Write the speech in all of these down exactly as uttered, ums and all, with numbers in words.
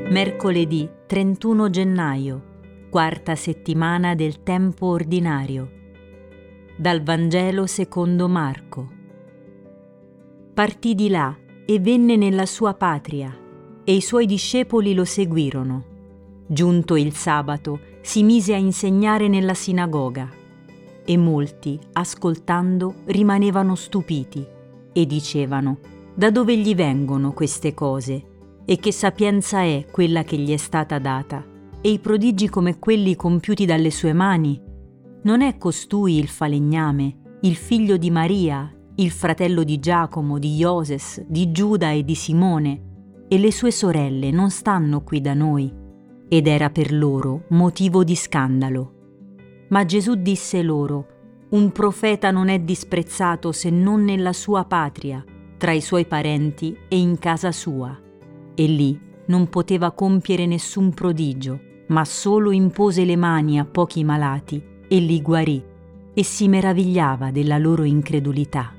Mercoledì trentuno gennaio, quarta settimana del tempo ordinario. Dal Vangelo secondo Marco. Partì di là e venne nella sua patria, e i suoi discepoli lo seguirono. Giunto il sabato, si mise a insegnare nella sinagoga, e molti, ascoltando, rimanevano stupiti e dicevano: da dove gli vengono queste cose? E che sapienza è quella che gli è stata data? E i prodigi come quelli compiuti dalle sue mani? Non è costui il falegname, il figlio di Maria, il fratello di Giacomo, di Ioses, di Giuda e di Simone? E le sue sorelle non stanno qui da noi? Ed era per loro motivo di scandalo. Ma Gesù disse loro: un profeta non è disprezzato se non nella sua patria, tra i suoi parenti e in casa sua. E lì non poteva compiere nessun prodigio, ma solo impose le mani a pochi malati e li guarì, e si meravigliava della loro incredulità.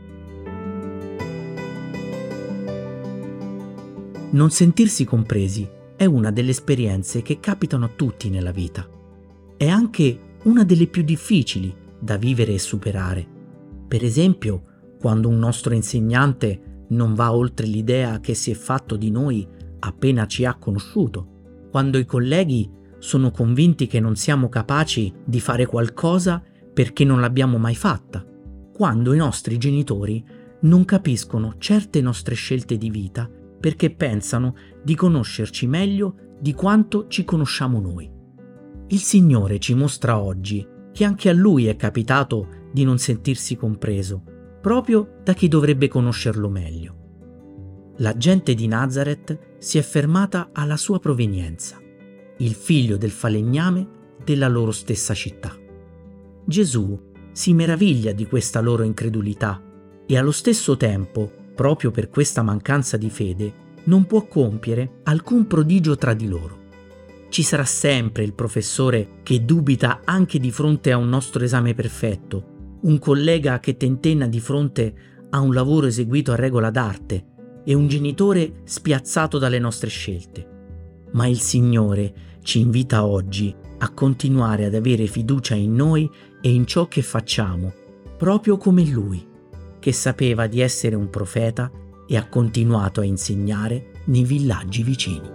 Non sentirsi compresi è una delle esperienze che capitano a tutti nella vita. È anche una delle più difficili da vivere e superare. Per esempio, quando un nostro insegnante non va oltre l'idea che si è fatto di noi appena ci ha conosciuto, quando i colleghi sono convinti che non siamo capaci di fare qualcosa perché non l'abbiamo mai fatta, quando i nostri genitori non capiscono certe nostre scelte di vita perché pensano di conoscerci meglio di quanto ci conosciamo noi. Il Signore ci mostra oggi che anche a Lui è capitato di non sentirsi compreso, proprio da chi dovrebbe conoscerlo meglio. La gente di Nazaret si è fermata alla sua provenienza, il figlio del falegname della loro stessa città. Gesù si meraviglia di questa loro incredulità e allo stesso tempo, proprio per questa mancanza di fede, non può compiere alcun prodigio tra di loro. Ci sarà sempre il professore che dubita anche di fronte a un nostro esame perfetto, un collega che tentenna di fronte a un lavoro eseguito a regola d'arte e un genitore spiazzato dalle nostre scelte. Ma il Signore ci invita oggi a continuare ad avere fiducia in noi e in ciò che facciamo, proprio come Lui, che sapeva di essere un profeta e ha continuato a insegnare nei villaggi vicini.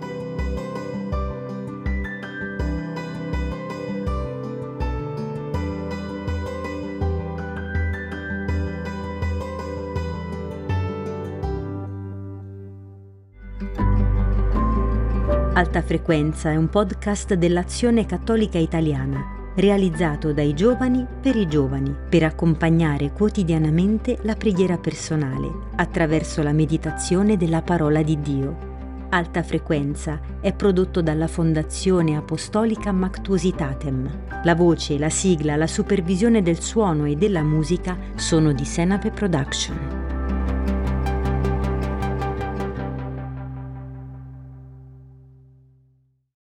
Alta Frequenza è un podcast dell'Azione Cattolica Italiana, realizzato dai giovani per i giovani, per accompagnare quotidianamente la preghiera personale attraverso la meditazione della parola di Dio. Alta Frequenza è prodotto dalla Fondazione Apostolica Mactuositatem. La voce, la sigla, la supervisione del suono e della musica sono di Senape Production.